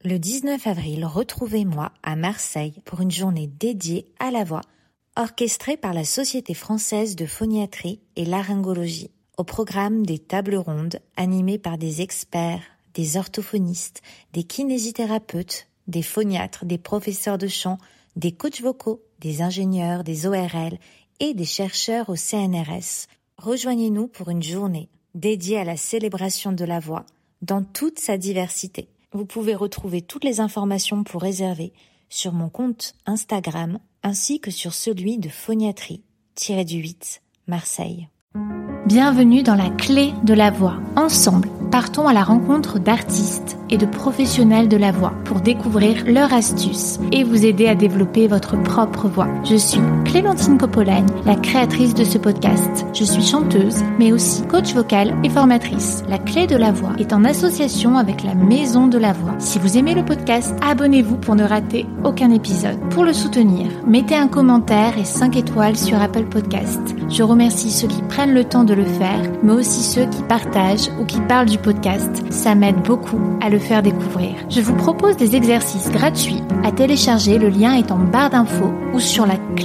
Le 19 avril, retrouvez-moi à Marseille pour une journée dédiée à la voix, orchestrée par la Société française de phoniatrie et laryngologie. Au programme des tables rondes animées par des experts, des orthophonistes, des kinésithérapeutes, des phoniatres, des professeurs de chant, des coachs vocaux, des ingénieurs, des ORL et des chercheurs au CNRS. Rejoignez-nous pour une journée dédiée à la célébration de la voix dans toute sa diversité. Vous pouvez retrouver toutes les informations pour réserver sur mon compte Instagram ainsi que sur celui de phoniatrie-8 Marseille. Bienvenue dans la clé de la voix. Ensemble, partons à la rencontre d'artistes et de professionnels de la voix pour découvrir leurs astuces et vous aider à développer votre propre voix. Je suis Clémentine Coppolagne, la créatrice de ce podcast. Je suis chanteuse, mais aussi coach vocal et formatrice. La clé de la voix est en association avec la Maison de la Voix. Si vous aimez le podcast, abonnez-vous pour ne rater aucun épisode. Pour le soutenir, mettez un commentaire et 5 étoiles sur Apple Podcast. Je remercie ceux qui prennent le temps de le faire, mais aussi ceux qui partagent ou qui parlent du podcast. Ça m'aide beaucoup à le faire découvrir. Je vous propose des exercices gratuits à télécharger, le lien est en barre d'infos ou sur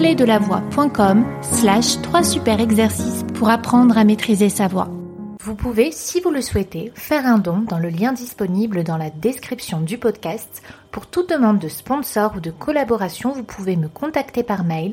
laclédelavoix.com/3 super exercices pour apprendre à maîtriser sa voix. Vous pouvez, si vous le souhaitez, faire un don dans le lien disponible dans la description du podcast. Pour toute demande de sponsor ou de collaboration, vous pouvez me contacter par mail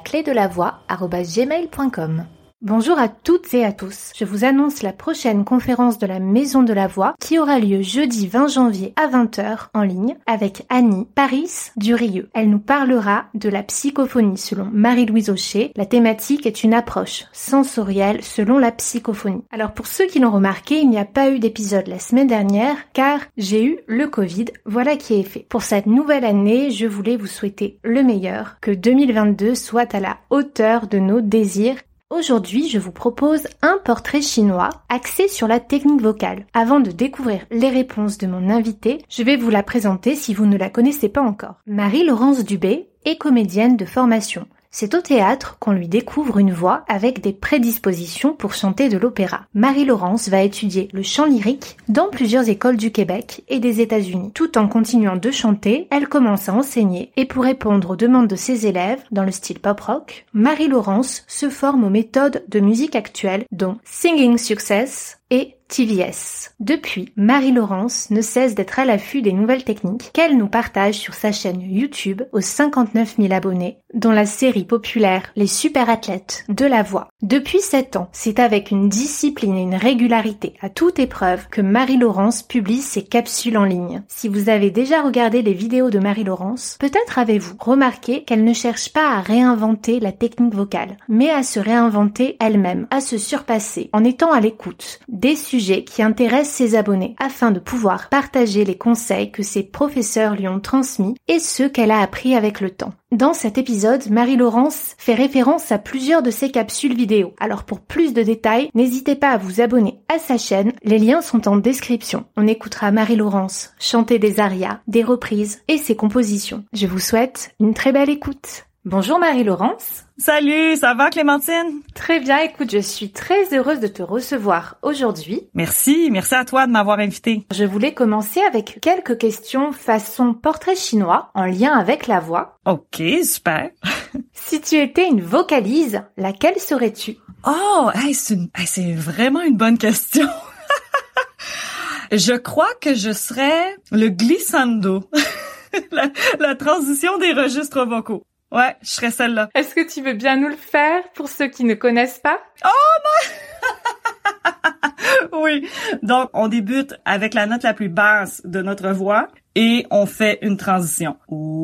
laclédelavoix@gmail.com. Bonjour à toutes et à tous. Je vous annonce la prochaine conférence de la Maison de la Voix qui aura lieu jeudi 20 janvier à 20h en ligne avec Annie Paris Durieux. Elle nous parlera de la psychophonie selon Marie-Louise Aucher. La thématique est une approche sensorielle selon la psychophonie. Alors pour ceux qui l'ont remarqué, il n'y a pas eu d'épisode la semaine dernière car j'ai eu le Covid. Voilà qui est fait. Pour cette nouvelle année, je voulais vous souhaiter le meilleur, que 2022 soit à la hauteur de nos désirs. Aujourd'hui, je vous propose un portrait chinois axé sur la technique vocale. Avant de découvrir les réponses de mon invité, je vais vous la présenter si vous ne la connaissez pas encore. Marie-Laurence Dubé est comédienne de formation. C'est au théâtre qu'on lui découvre une voix avec des prédispositions pour chanter de l'opéra. Marie-Laurence va étudier le chant lyrique dans plusieurs écoles du Québec et des États-Unis. Tout en continuant de chanter, elle commence à enseigner et pour répondre aux demandes de ses élèves dans le style pop-rock, Marie-Laurence se forme aux méthodes de musique actuelle dont Singing Success et TVS. Depuis, Marie-Laurence ne cesse d'être à l'affût des nouvelles techniques qu'elle nous partage sur sa chaîne YouTube aux 59 000 abonnés, dont la série populaire Les Super Athlètes de la voix. Depuis 7 ans, c'est avec une discipline et une régularité à toute épreuve que Marie-Laurence publie ses capsules en ligne. Si vous avez déjà regardé les vidéos de Marie-Laurence, peut-être avez-vous remarqué qu'elle ne cherche pas à réinventer la technique vocale, mais à se réinventer elle-même, à se surpasser en étant à l'écoute des sujets qui intéressent ses abonnés afin de pouvoir partager les conseils que ses professeurs lui ont transmis et ceux qu'elle a appris avec le temps. Dans cet épisode, Marie-Laurence fait référence à plusieurs de ses capsules vidéo. Alors pour plus de détails, n'hésitez pas à vous abonner à sa chaîne, les liens sont en description. On écoutera Marie-Laurence chanter des arias, des reprises et ses compositions. Je vous souhaite une très belle écoute. Bonjour Marie-Laurence. Salut, ça va Clémentine? Très bien, écoute, je suis très heureuse de te recevoir aujourd'hui. Merci à toi de m'avoir invitée. Je voulais commencer avec quelques questions façon portrait chinois en lien avec la voix. Ok, super. Si tu étais une vocalise, laquelle serais-tu? Oh, c'est vraiment une bonne question. Je crois que je serais le glissando, la transition des registres vocaux. Ouais, je serais celle-là. Est-ce que tu veux bien nous le faire pour ceux qui ne connaissent pas? Oh non! Oui. Donc, on débute avec la note la plus basse de notre voix et on fait une transition.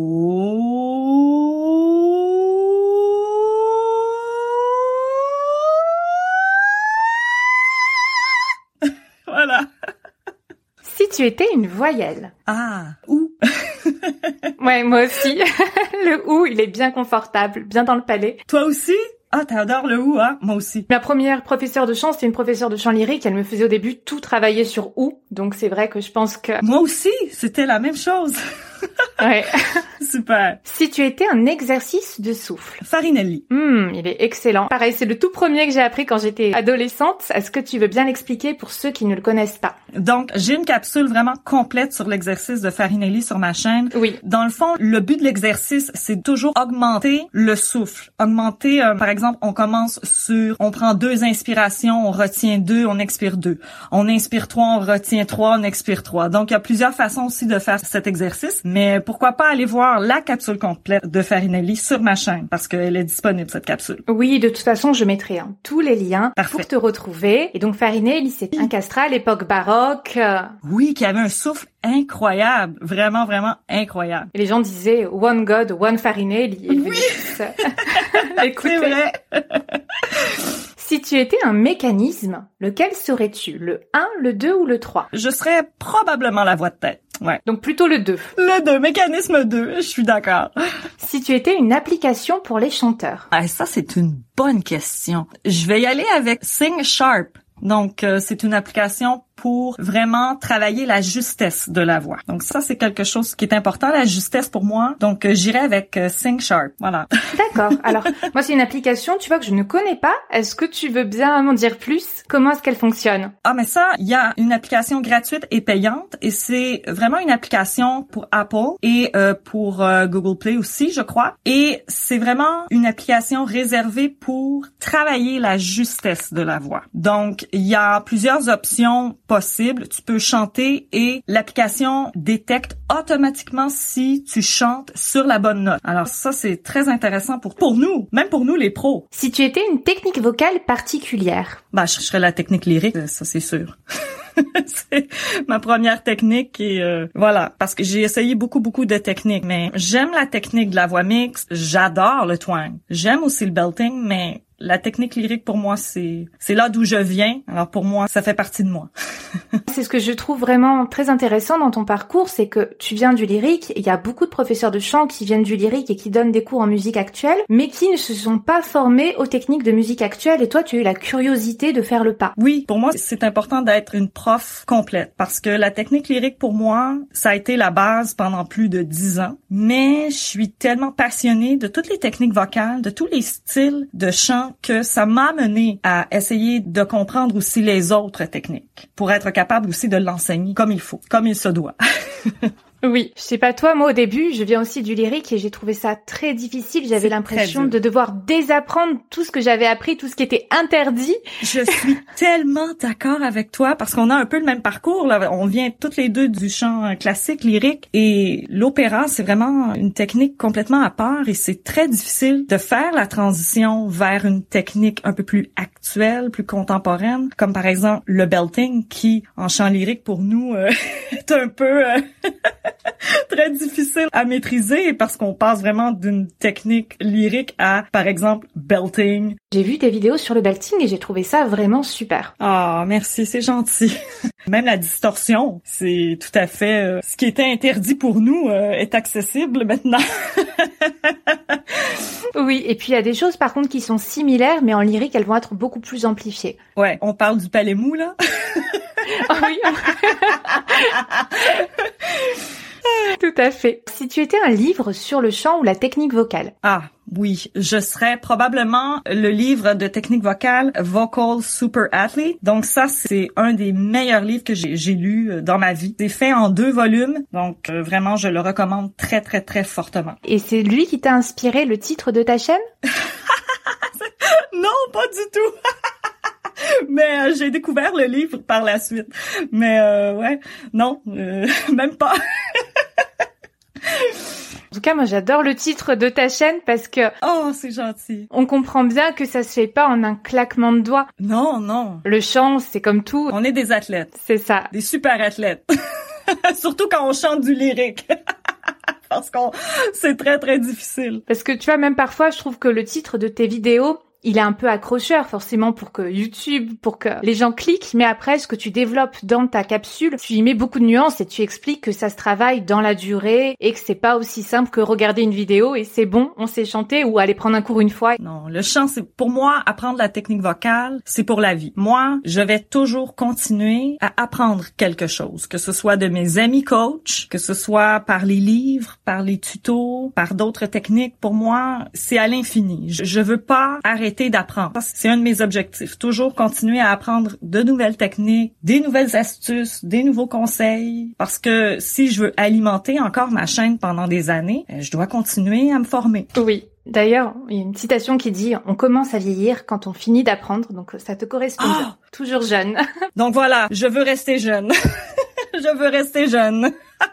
Voilà. Si tu étais une voyelle. Ah, ou. Ouais, moi aussi. Le ou, il est bien confortable, bien dans le palais. Toi aussi? Ah, t'adores le ou, hein? Moi aussi. Ma première professeure de chant, c'était une professeure de chant lyrique. Elle me faisait au début tout travailler sur ou. Donc c'est vrai que je pense que... Moi aussi, c'était la même chose. Ouais. Super. Si tu étais un exercice de souffle. Farinelli. Il est excellent. Pareil, c'est le tout premier que j'ai appris quand j'étais adolescente. Est-ce que tu veux bien l'expliquer pour ceux qui ne le connaissent pas? Donc, j'ai une capsule vraiment complète sur l'exercice de Farinelli sur ma chaîne. Oui. Dans le fond, le but de l'exercice, c'est toujours augmenter le souffle. Augmenter, par exemple, on commence on prend 2 inspirations, on retient 2, on expire 2. On inspire 3, on retient 3, on expire 3. Donc, il y a plusieurs façons aussi de faire cet exercice, mais pourquoi pas aller voir la capsule complète de Farinelli sur ma chaîne, parce qu'elle est disponible, cette capsule. Oui, de toute façon, je mettrai tous les liens pour te retrouver. Et donc, Farinelli, c'est un castrat à l'époque baroque. Oui, qui avait un souffle incroyable. Vraiment, vraiment incroyable. Et les gens disaient « One God, one Farinelli ». Oui! Écoutez. C'est vrai. Si tu étais un mécanisme, lequel serais-tu? Le 1, le 2 ou le 3? Je serais probablement la voix de tête. Ouais. Donc plutôt le 2. Le 2, mécanisme 2, je suis d'accord. Si tu étais une application pour les chanteurs? Ah, ça, c'est une bonne question. Je vais y aller avec Sing Sharp. Donc, c'est une application pour vraiment travailler la justesse de la voix. Donc ça, c'est quelque chose qui est important, la justesse pour moi. Donc j'irai avec Sing Sharp. Voilà. D'accord. Alors, moi, c'est une application, tu vois, que je ne connais pas. Est-ce que tu veux bien m'en dire plus? Comment est-ce qu'elle fonctionne? Ah, mais ça, il y a une application gratuite et payante et c'est vraiment une application pour Apple et pour Google Play aussi, je crois. Et c'est vraiment une application réservée pour travailler la justesse de la voix. Donc, il y a plusieurs options possible. Tu peux chanter et l'application détecte automatiquement si tu chantes sur la bonne note. Alors ça, c'est très intéressant pour nous, même pour nous les pros. Si tu étais une technique vocale particulière? Je serais la technique lyrique, ça c'est sûr. C'est ma première technique et voilà, parce que j'ai essayé beaucoup de techniques, mais j'aime la technique de la voix mixte, j'adore le twang. J'aime aussi le belting, mais la technique lyrique pour moi c'est là d'où je viens. Alors pour moi, ça fait partie de moi. C'est ce que je trouve vraiment très intéressant dans ton parcours, c'est que tu viens du lyrique, il y a beaucoup de professeurs de chant qui viennent du lyrique et qui donnent des cours en musique actuelle, mais qui ne se sont pas formés aux techniques de musique actuelle et toi tu as eu la curiosité de faire le pas. Oui, pour moi c'est important d'être une prof complète parce que la technique lyrique pour moi, ça a été la base pendant plus de 10 ans, mais je suis tellement passionnée de toutes les techniques vocales, de tous les styles de chant que ça m'a mené à essayer de comprendre aussi les autres techniques pour être capable aussi de l'enseigner comme il faut, comme il se doit. Oui, je sais pas toi, moi au début, je viens aussi du lyrique et j'ai trouvé ça très difficile. J'avais l'impression de devoir désapprendre tout ce que j'avais appris, tout ce qui était interdit. Je suis tellement d'accord avec toi parce qu'on a un peu le même parcours là. On vient toutes les deux du chant classique, lyrique, et l'opéra, c'est vraiment une technique complètement à part et c'est très difficile de faire la transition vers une technique un peu plus actuelle, plus contemporaine, comme par exemple le belting qui, en chant lyrique pour nous, est un peu très difficile à maîtriser parce qu'on passe vraiment d'une technique lyrique à, par exemple, belting. J'ai vu tes vidéos sur le belting et j'ai trouvé ça vraiment super. Ah, merci, c'est gentil. Même la distorsion, c'est tout à fait ce qui était interdit pour nous est accessible maintenant. Oui, et puis il y a des choses par contre qui sont similaires, mais en lyrique, elles vont être beaucoup plus amplifiées. Ouais, on parle du palais mou, là. Oh, oui. Tout à fait. Si tu étais un livre sur le chant ou la technique vocale? Ah, oui, je serais probablement le livre de technique vocale Vocal Super Athlete. Donc ça, c'est un des meilleurs livres que j'ai lu dans ma vie. C'est fait en 2 volumes, donc vraiment, je le recommande très, très, très fortement. Et c'est lui qui t'a inspiré le titre de ta chaîne? Non, pas du tout. Mais j'ai découvert le livre par la suite. Mais ouais, non, même pas. En tout cas, moi, j'adore le titre de ta chaîne parce que... Oh, c'est gentil. On comprend bien que ça se fait pas en un claquement de doigts. Non, non. Le chant, c'est comme tout. On est des athlètes. C'est ça. Des super athlètes. Surtout quand on chante du lyrique. Parce que c'est très, très difficile. Parce que tu vois, même parfois, je trouve que le titre de tes vidéos il est un peu accrocheur forcément pour que YouTube, pour que les gens cliquent, mais après ce que tu développes dans ta capsule, tu y mets beaucoup de nuances et tu expliques que ça se travaille dans la durée et que c'est pas aussi simple que regarder une vidéo et c'est bon, on sait chanter ou aller prendre un cours une fois. Non, le chant, c'est pour moi, apprendre la technique vocale, c'est pour la vie. Moi, je vais toujours continuer à apprendre quelque chose, que ce soit de mes amis coachs, que ce soit par les livres, par les tutos, par d'autres techniques. Pour moi, c'est à l'infini. Je veux pas arrêter d'apprendre. C'est un de mes objectifs. Toujours continuer à apprendre de nouvelles techniques, des nouvelles astuces, des nouveaux conseils. Parce que si je veux alimenter encore ma chaîne pendant des années, je dois continuer à me former. Oui. D'ailleurs, il y a une citation qui dit « On commence à vieillir quand on finit d'apprendre », donc ça te correspond bien. Toujours jeune. Donc voilà, je veux rester jeune. Je veux rester jeune.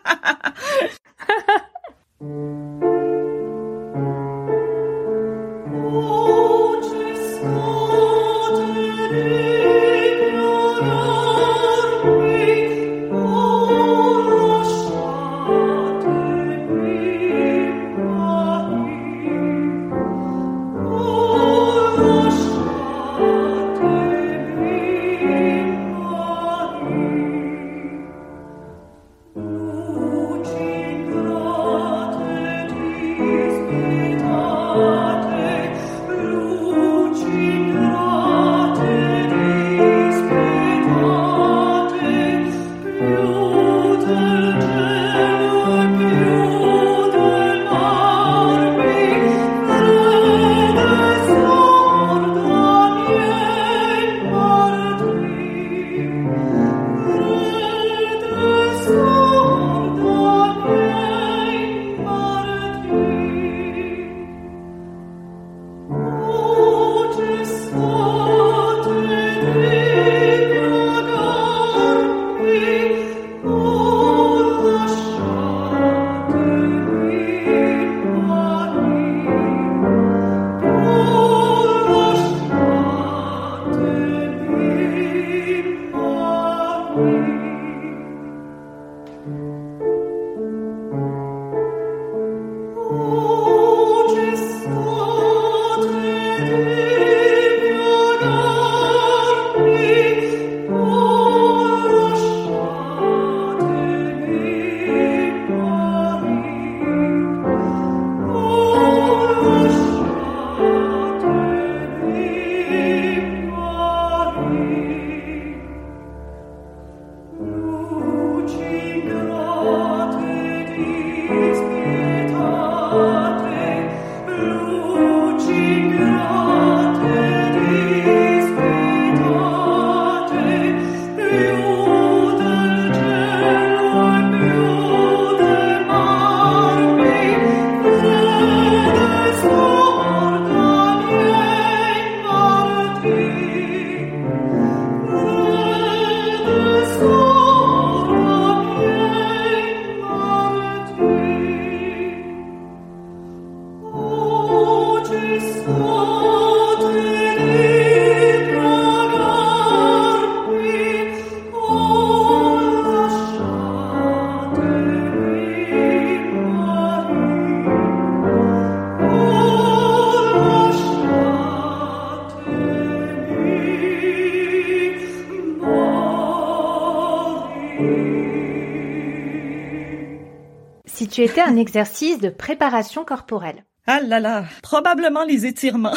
Si tu étais un exercice de préparation corporelle. Ah là là, probablement les étirements.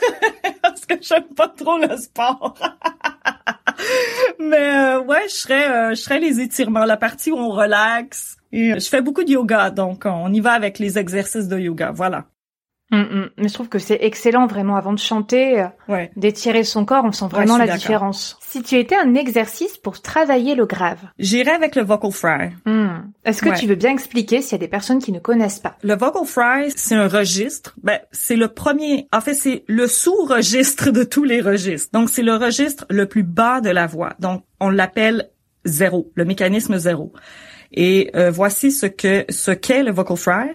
Parce que j'aime pas trop le sport. Mais ouais, je serais les étirements, la partie où on relaxe. Et je fais beaucoup de yoga, donc on y va avec les exercices de yoga, voilà. Mais je trouve que c'est excellent vraiment avant de chanter, d'étirer son corps, on sent vraiment la différence. Si tu étais un exercice pour travailler le grave. J'irais avec le vocal fry. Est-ce que tu veux bien expliquer s'il y a des personnes qui ne connaissent pas? Le vocal fry, c'est un registre. C'est le premier, en fait, c'est le sous-registre de tous les registres. Donc, c'est le registre le plus bas de la voix. Donc, on l'appelle 0, le mécanisme 0. Et voici ce qu'est le vocal fry.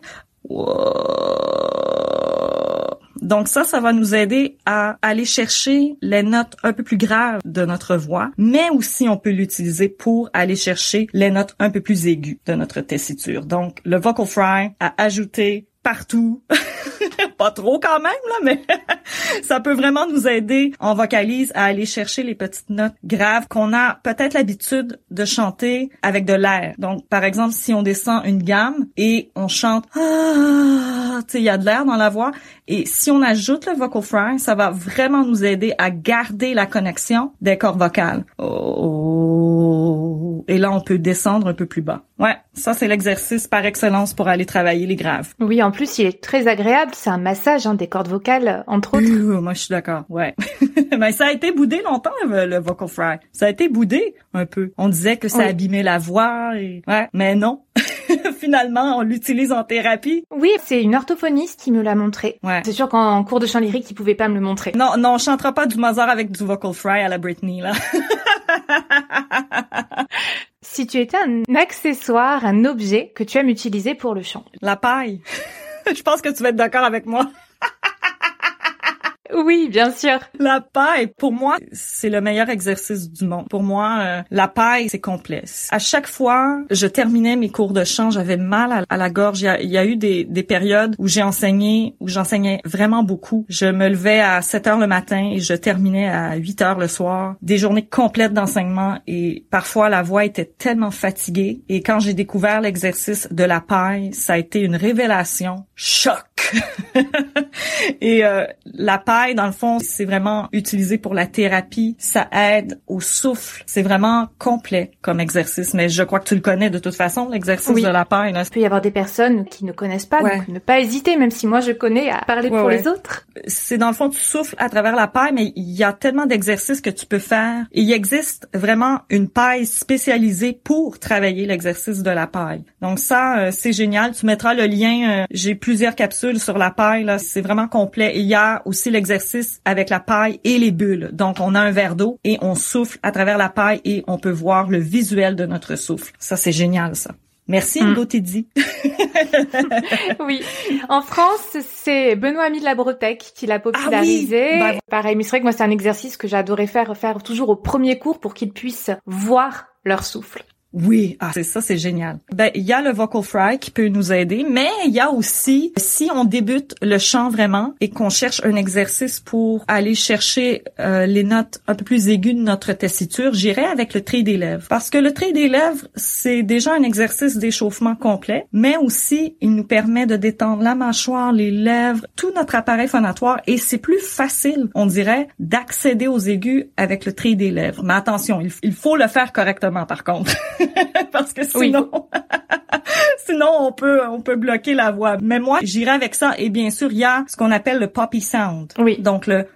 Donc ça va nous aider à aller chercher les notes un peu plus graves de notre voix, mais aussi on peut l'utiliser pour aller chercher les notes un peu plus aiguës de notre tessiture. Donc le vocal fry à ajouter partout Pas trop quand même, là, mais ça peut vraiment nous aider en vocalise à aller chercher les petites notes graves qu'on a peut-être l'habitude de chanter avec de l'air. Donc, par exemple, si on descend une gamme et on chante tu sais, il y a de l'air dans la voix, et si on ajoute le vocal fry, ça va vraiment nous aider à garder la connexion des cordes vocales. Oh, et là, on peut descendre un peu plus bas. Ouais, ça, c'est l'exercice par excellence pour aller travailler les graves. Oui, en plus, il est très agréable. C'est un massage des cordes vocales, entre autres. Moi, je suis d'accord, ouais. Mais ça a été boudé longtemps, le vocal fry. Ça a été boudé un peu. On disait que ça abîmait la voix, et ouais, mais non. Finalement, on l'utilise en thérapie. Oui, c'est une orthophoniste qui me l'a montré. Ouais. C'est sûr qu'en cours de chant lyrique, il pouvait pas me le montrer. Non, on chantera pas du Mozart avec du vocal fry à la Britney, là. Si tu étais un accessoire, un objet que tu aimes utiliser pour le chant. La paille. Je pense que tu vas être d'accord avec moi. Oui, bien sûr. La paille, pour moi, c'est le meilleur exercice du monde. Pour moi, la paille, c'est complet. À chaque fois, je terminais mes cours de chant, j'avais mal à la gorge. Il y a eu des périodes où j'enseignais vraiment beaucoup. Je me levais à 7 heures le matin et je terminais à 8 heures le soir. Des journées complètes d'enseignement, et parfois la voix était tellement fatiguée. Et quand j'ai découvert l'exercice de la paille, ça a été une révélation. Choc! Et la paille, dans le fond, c'est vraiment utilisé pour la thérapie. Ça aide au souffle. C'est vraiment complet comme exercice. Mais je crois que tu le connais de toute façon, l'exercice de la paille. Là. Il peut y avoir des personnes qui ne connaissent pas, donc ne pas hésiter, même si moi je connais, à parler pour les autres. C'est dans le fond, tu souffles à travers la paille, mais il y a tellement d'exercices que tu peux faire. Et il existe vraiment une paille spécialisée pour travailler l'exercice de la paille. Donc ça, c'est génial. Tu mettras le lien. J'ai plusieurs capsules sur la paille, là, c'est vraiment complet. Et il y a aussi l'exercice avec la paille et les bulles. Donc, on a un verre d'eau et on souffle à travers la paille et on peut voir le visuel de notre souffle. Ça, c'est génial, ça. Merci, Ngo Teddy. Oui. En France, c'est Benoît-Ami de la Bretèque qui l'a popularisé. Ah oui. Pareil, mais c'est vrai que moi, c'est un exercice que j'adorais faire toujours au premier cours pour qu'ils puissent voir leur souffle. Oui, c'est ça, c'est génial. Il y a le vocal fry qui peut nous aider, mais il y a aussi, si on débute le chant vraiment et qu'on cherche un exercice pour aller chercher les notes un peu plus aiguës de notre tessiture, j'irais avec le trait des lèvres. Parce que le trait des lèvres, c'est déjà un exercice d'échauffement complet, mais aussi, il nous permet de détendre la mâchoire, les lèvres, tout notre appareil phonatoire, et c'est plus facile, on dirait, d'accéder aux aigus avec le trait des lèvres. Mais attention, il faut le faire correctement, par contre. Parce que sinon, sinon on peut bloquer la voix. Mais moi, j'irai avec ça. Et bien sûr, il y a ce qu'on appelle le poppy sound. Oui. Donc le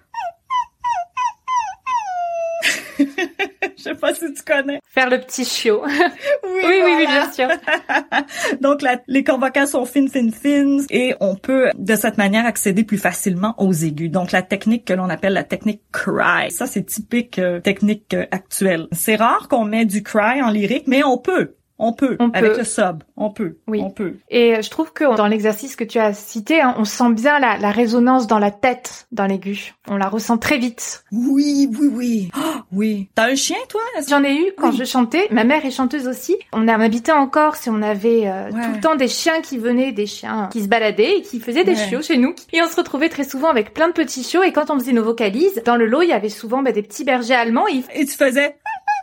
je sais pas si tu connais. Faire le petit chiot. Oui, bien sûr. Donc, les cordes vocales sont fines, et on peut, de cette manière, accéder plus facilement aux aigus. Donc, la technique que l'on appelle la technique cry. Ça, c'est typique technique actuelle. C'est rare qu'on met du cry en lyrique, mais on peut. Avec le sub, on peut. Et je trouve que dans l'exercice que tu as cité, on sent bien la résonance dans la tête, dans l'aigu. On la ressent très vite. Oui. Oh, oui. T'as un chien, toi? J'en ai eu quand je chantais. Ma mère est chanteuse aussi. On habitait en Corse et on avait tout le temps des chiens qui venaient, des chiens qui se baladaient et qui faisaient des chiots chez nous. Et on se retrouvait très souvent avec plein de petits chiots. Et quand on faisait nos vocalises, dans le lot, il y avait souvent des petits bergers allemands. Et tu faisais...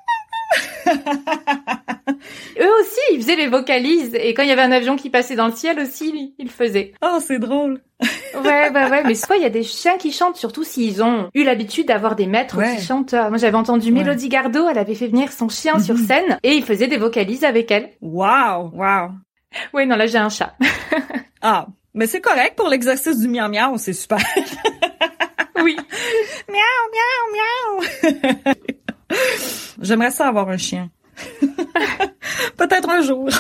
Eux aussi, ils faisaient les vocalises. Et quand il y avait un avion qui passait dans le ciel aussi, ils le faisaient. Oh, c'est drôle. Ouais. Mais soit il y a des chiens qui chantent, surtout s'ils ont eu l'habitude d'avoir des maîtres qui chantent. Moi, j'avais entendu Mélodie Gardot, elle avait fait venir son chien sur scène et il faisait des vocalises avec elle. Wow. Oui, non, là, j'ai un chat. Mais c'est correct pour l'exercice du miaou-miaou, c'est super. Oui. Miaou. J'aimerais ça avoir un chien. Peut-être un jour.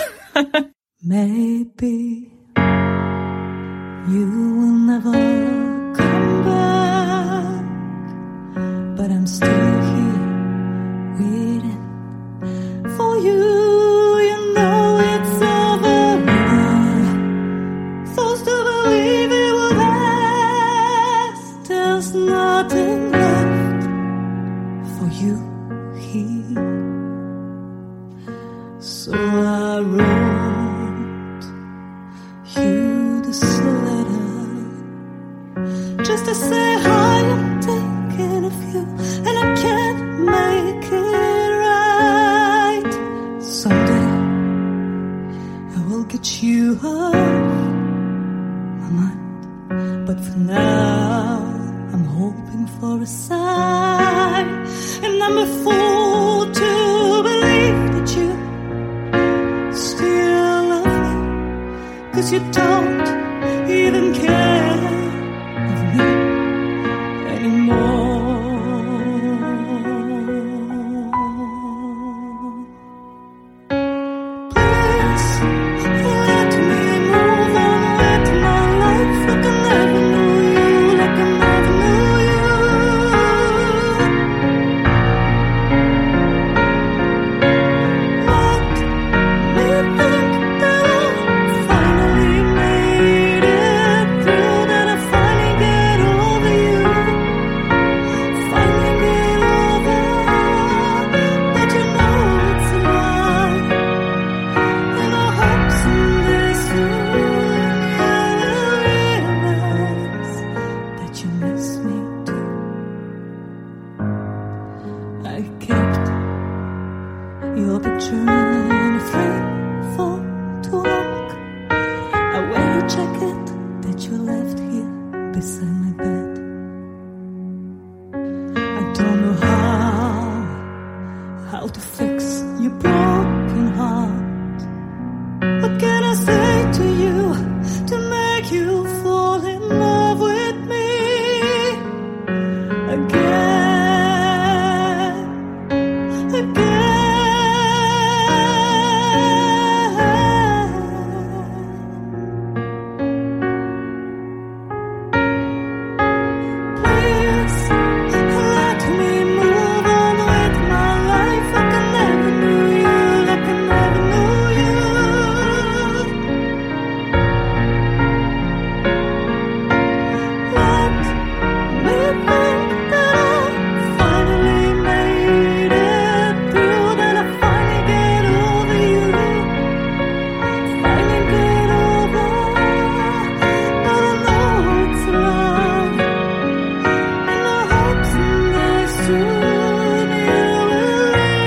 Maybe you will never come back, but I'm still here waiting for you. You know it's over now. Supposed to believe it will last. There's nothing left for you here. So I wrote you this letter to say hi, I'm thinking of you, and I can't make it right. Someday I will get you off my mind, but for now I'm hoping for a sign. And I'm a fool to believe that you still love me, 'cause you don't even care of me anymore. Please let me move on with my life like I never knew you, like I never knew you. Let me think that I finally made it through, that I finally get over you, finally get over that you know it's a lie. And I hope someday soon you'll realize that you miss me too. I kept your picture in a frame for too long. I wear a jacket that you left here beside my bed. I don't know how to fix your broken heart. What can I say to you to make you fall in love with me again, again? Please let me move on with my life like I never knew you, like I never knew you. Let me think that I finally made it through, that I finally get over you, finally get over, but I know it's wrong. And I hope someday soon you will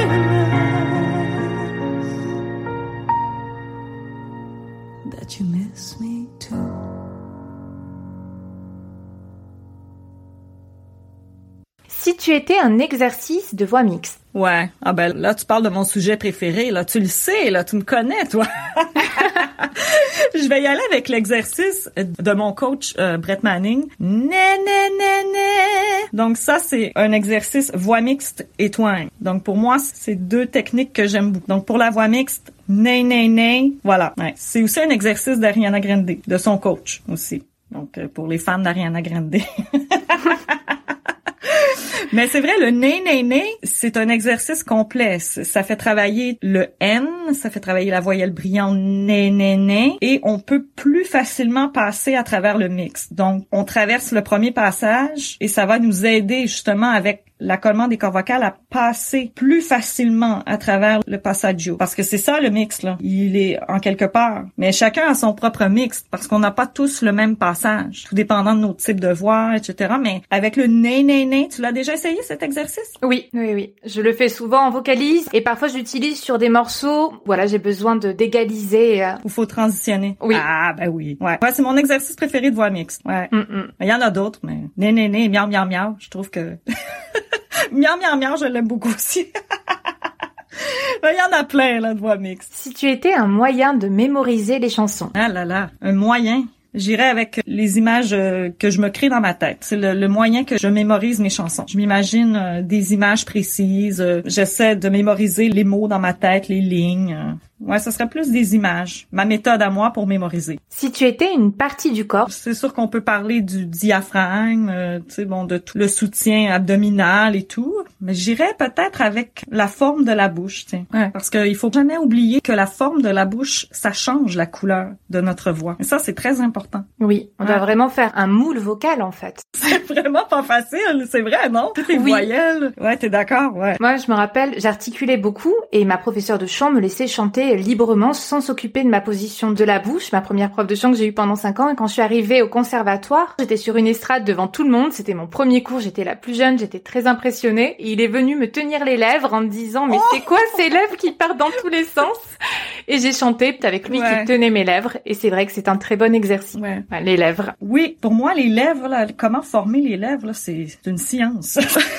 realize that you miss me too. Si tu étais un exercice de voix mixte. Ouais. Ah ben là, tu parles de mon sujet préféré. Là, tu le sais. Là, tu me connais, toi. Je vais y aller avec l'exercice de mon coach Brett Manning. Né. Donc ça, c'est un exercice voix mixte et twang. Donc pour moi, c'est deux techniques que j'aime beaucoup. Donc pour la voix mixte, né. Voilà. Ouais. C'est aussi un exercice d'Ariana Grande, de son coach aussi. Donc pour les fans d'Ariana Grande. Mais c'est vrai, le né, c'est un exercice complet. Ça fait travailler le N, ça fait travailler la voyelle brillante né, et on peut plus facilement passer à travers le mix. Donc, on traverse le premier passage et ça va nous aider justement avec l'accollement des cordes vocales à passer plus facilement à travers le passaggio. Parce que c'est ça le mix, là. Il est en quelque part. Mais chacun a son propre mix parce qu'on n'a pas tous le même passage, tout dépendant de nos types de voix, etc. Mais avec le né, tu l'as déjà essayé cet exercice? Oui. Je le fais souvent en vocalise et parfois j'utilise sur des morceaux. Voilà, j'ai besoin d'égaliser. Ou faut transitionner. Oui. Ah, ben oui. Ouais, c'est mon exercice préféré de voix mixte. Ouais. Il y en a d'autres, mais né, miau, je trouve que... miau, je l'aime beaucoup aussi. Il y en a plein, là, de voix mixte. Si tu étais un moyen de mémoriser les chansons. Ah là là, un moyen. J'irais avec les images que je me crée dans ma tête. C'est le moyen que je mémorise mes chansons. Je m'imagine des images précises. J'essaie de mémoriser les mots dans ma tête, les lignes. Ouais, ça serait plus des images. Ma méthode à moi pour mémoriser. Si tu étais une partie du corps. C'est sûr qu'on peut parler du diaphragme, tu sais, bon, de tout le soutien abdominal et tout. Mais j'irais peut-être avec la forme de la bouche, tiens. Ouais. Parce qu'il faut jamais oublier que la forme de la bouche, ça change la couleur de notre voix. Et ça, c'est très important. Oui, on doit vraiment faire un moule vocal, en fait. C'est vraiment pas facile, c'est vrai, non? Toutes les voyelles. Ouais, t'es d'accord, ouais. Moi, je me rappelle, j'articulais beaucoup et ma professeure de chant me laissait chanter chanter librement sans s'occuper de ma position de la bouche, ma première prof de chant que j'ai eue pendant 5 ans. Et quand je suis arrivée au conservatoire, j'étais sur une estrade devant tout le monde. C'était mon premier cours, j'étais la plus jeune, j'étais très impressionnée. Et il est venu me tenir les lèvres en me disant « Mais c'est quoi ces lèvres qui partent dans tous les sens ?» Et j'ai chanté avec lui qui tenait mes lèvres. Et c'est vrai que c'est un très bon exercice. Ouais. Les lèvres. Oui, pour moi, les lèvres, là, comment former les lèvres, là, c'est une science.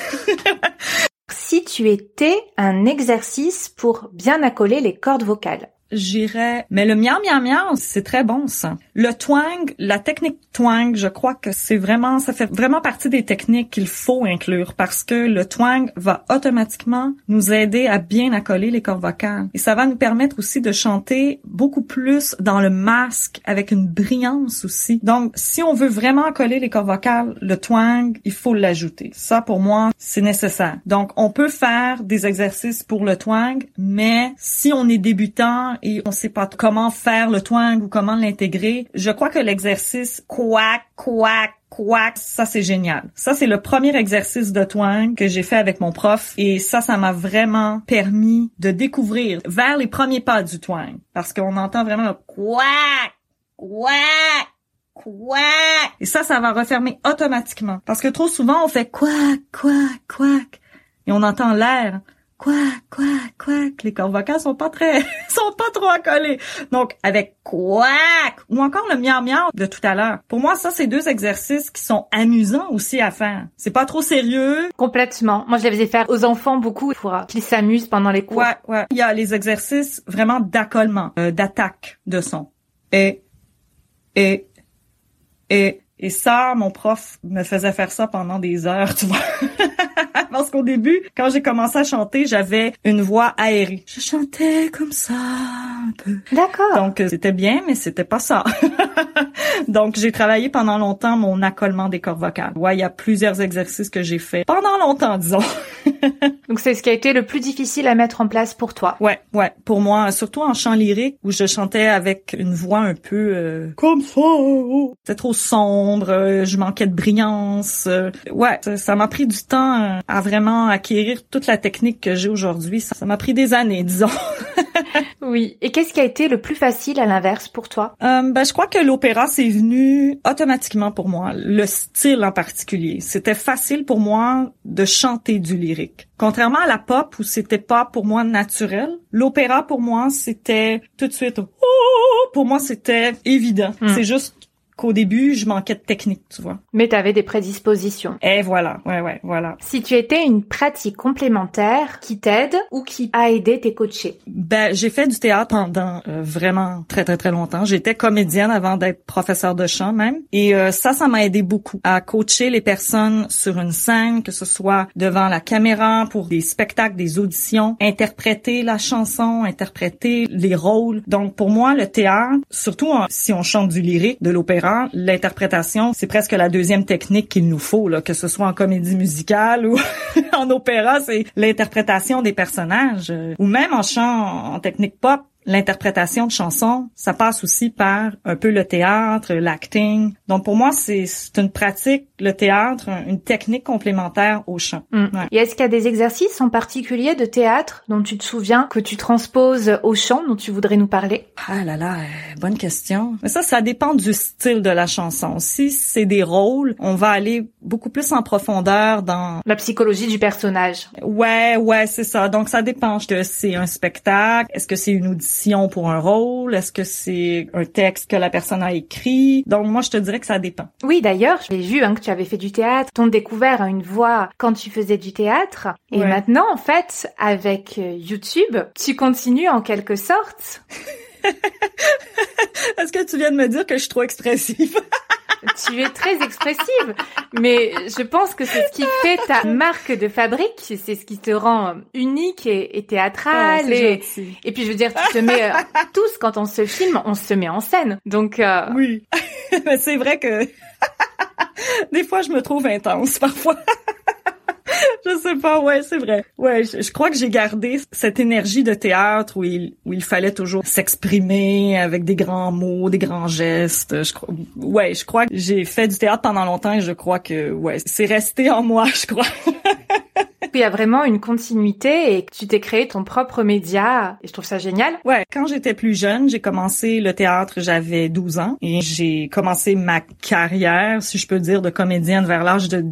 Si tu étais un exercice pour bien accoler les cordes vocales? J'irais, mais le miam miam miam, c'est très bon ça. Le twang, la technique twang, je crois que ça fait vraiment partie des techniques qu'il faut inclure parce que le twang va automatiquement nous aider à bien accoler les cordes vocales. Et ça va nous permettre aussi de chanter beaucoup plus dans le masque avec une brillance aussi. Donc, si on veut vraiment accoler les cordes vocales, le twang, il faut l'ajouter. Ça, pour moi, c'est nécessaire. Donc, on peut faire des exercices pour le twang, mais si on est débutant et on sait pas comment faire le twang ou comment l'intégrer, je crois que l'exercice quack, quack, quack, ça c'est génial. Ça c'est le premier exercice de twang que j'ai fait avec mon prof et ça m'a vraiment permis de découvrir vers les premiers pas du twang parce qu'on entend vraiment le quack, quack, quack. Et ça va refermer automatiquement parce que trop souvent on fait quack, quack, quack et on entend l'air. Quack, quack, quack. Les cordes vocales sont pas trop accolées. Donc, avec quack, ou encore le miam miam de tout à l'heure. Pour moi, ça, c'est 2 exercices qui sont amusants aussi à faire. C'est pas trop sérieux. Complètement. Moi, je les faisais faire aux enfants beaucoup pour qu'ils s'amusent pendant les cours. Ouais. Il y a les exercices vraiment d'accollement, d'attaque de son. Et ça, mon prof me faisait faire ça pendant des heures, tu vois. Parce qu'au début, quand j'ai commencé à chanter, j'avais une voix aérée. Je chantais comme ça un peu. D'accord. Donc, c'était bien, mais c'était pas ça. Donc, j'ai travaillé pendant longtemps mon accollement des cordes vocales. Ouais, il y a plusieurs exercices que j'ai fait pendant longtemps, disons. Donc, c'est ce qui a été le plus difficile à mettre en place pour toi. Ouais. Pour moi, surtout en chant lyrique, où je chantais avec une voix un peu comme ça. C'était trop sombre, je manquais de brillance. Ouais, ça m'a pris du temps à vraiment acquérir toute la technique que j'ai aujourd'hui. Ça m'a pris des années, disons. Oui. Et qu'est-ce qui a été le plus facile à l'inverse pour toi? Je crois que l'opéra, c'est venu automatiquement pour moi. Le style en particulier. C'était facile pour moi de chanter du lyrique. Contrairement à la pop où c'était pas pour moi naturel, l'opéra pour moi, c'était tout de suite, pour moi, c'était évident. C'est juste qu'au début, je manquais de technique, tu vois. Mais t'avais des prédispositions. Et voilà, ouais, voilà. Si tu étais une pratique complémentaire qui t'aide ou qui a aidé tes coachés? J'ai fait du théâtre pendant vraiment très, très, très longtemps. J'étais comédienne avant d'être professeure de chant même. Et ça m'a aidé beaucoup à coacher les personnes sur une scène, que ce soit devant la caméra, pour des spectacles, des auditions, interpréter la chanson, interpréter les rôles. Donc, pour moi, le théâtre, surtout si on chante du lyrique, de l'opéra, l'interprétation, c'est presque la deuxième technique qu'il nous faut, là, que ce soit en comédie musicale ou en opéra, c'est l'interprétation des personnages. Ou même en chant en technique pop, l'interprétation de chansons, ça passe aussi par un peu le théâtre, l'acting. Donc pour moi, c'est une pratique, le théâtre, une technique complémentaire au chant. Ouais. Et est-ce qu'il y a des exercices en particulier de théâtre dont tu te souviens que tu transposes au chant, dont tu voudrais nous parler? Ah là là, bonne question. Mais ça dépend du style de la chanson. Si c'est des rôles, on va aller beaucoup plus en profondeur dans la psychologie du personnage. Ouais, c'est ça. Donc ça dépend. Est-ce que c'est un spectacle? Est-ce que c'est une audition pour un rôle? Est-ce que c'est un texte que la personne a écrit? Donc moi, je te dirais que ça dépend. Oui, d'ailleurs, j'ai vu que tu avais fait du théâtre. T'ont découvert une voix quand tu faisais du théâtre. Et maintenant, en fait, avec YouTube, tu continues en quelque sorte. Est-ce que tu viens de me dire que je suis trop expressive? Tu es très expressive, mais je pense que c'est ce qui fait ta marque de fabrique, c'est ce qui te rend unique et théâtrale. Et puis je veux dire, tu te mets tous quand on se filme, on se met en scène. Donc oui, mais c'est vrai que des fois je me trouve intense parfois. Je sais pas, ouais, c'est vrai. Ouais, je crois que j'ai gardé cette énergie de théâtre où il fallait toujours s'exprimer avec des grands mots, des grands gestes. Je crois que j'ai fait du théâtre pendant longtemps et je crois que, c'est resté en moi, je crois. qu'il y a vraiment une continuité et que tu t'es créé ton propre média. Et je trouve ça génial. Ouais, quand j'étais plus jeune, j'ai commencé le théâtre, j'avais 12 ans et j'ai commencé ma carrière, si je peux dire, de comédienne vers l'âge de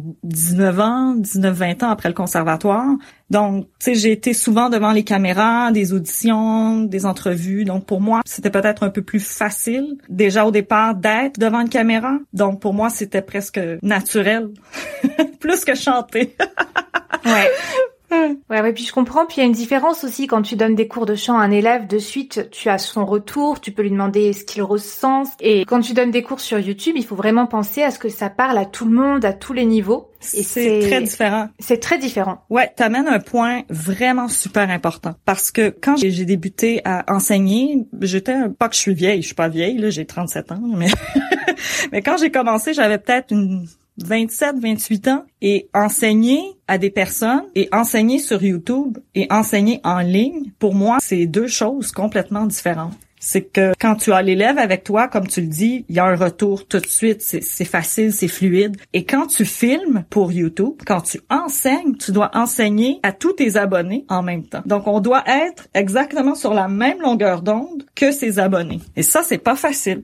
19-20 ans après le conservatoire. Donc, tu sais, j'ai été souvent devant les caméras, des auditions, des entrevues. Donc, pour moi, c'était peut-être un peu plus facile, déjà au départ, d'être devant une caméra. Donc, pour moi, c'était presque naturel, plus que chanter. Ouais. Ouais, puis je comprends. Puis il y a une différence aussi quand tu donnes des cours de chant à un élève, de suite, tu as son retour, tu peux lui demander ce qu'il ressent. Et quand tu donnes des cours sur YouTube, il faut vraiment penser à ce que ça parle à tout le monde, à tous les niveaux. Et c'est très différent. C'est très différent. Ouais, t'amènes un point vraiment super important. Parce que quand j'ai débuté à enseigner, pas que je suis vieille, je suis pas vieille, là, j'ai 37 ans, mais mais quand j'ai commencé, j'avais peut-être une 27, 28 ans et enseigner à des personnes et enseigner sur YouTube et enseigner en ligne, pour moi, c'est deux choses complètement différentes. C'est que quand tu as l'élève avec toi, comme tu le dis, il y a un retour tout de suite, c'est facile, c'est fluide. Et quand tu filmes pour YouTube, quand tu enseignes, tu dois enseigner à tous tes abonnés en même temps. Donc, on doit être exactement sur la même longueur d'onde que ses abonnés. Et ça, c'est pas facile.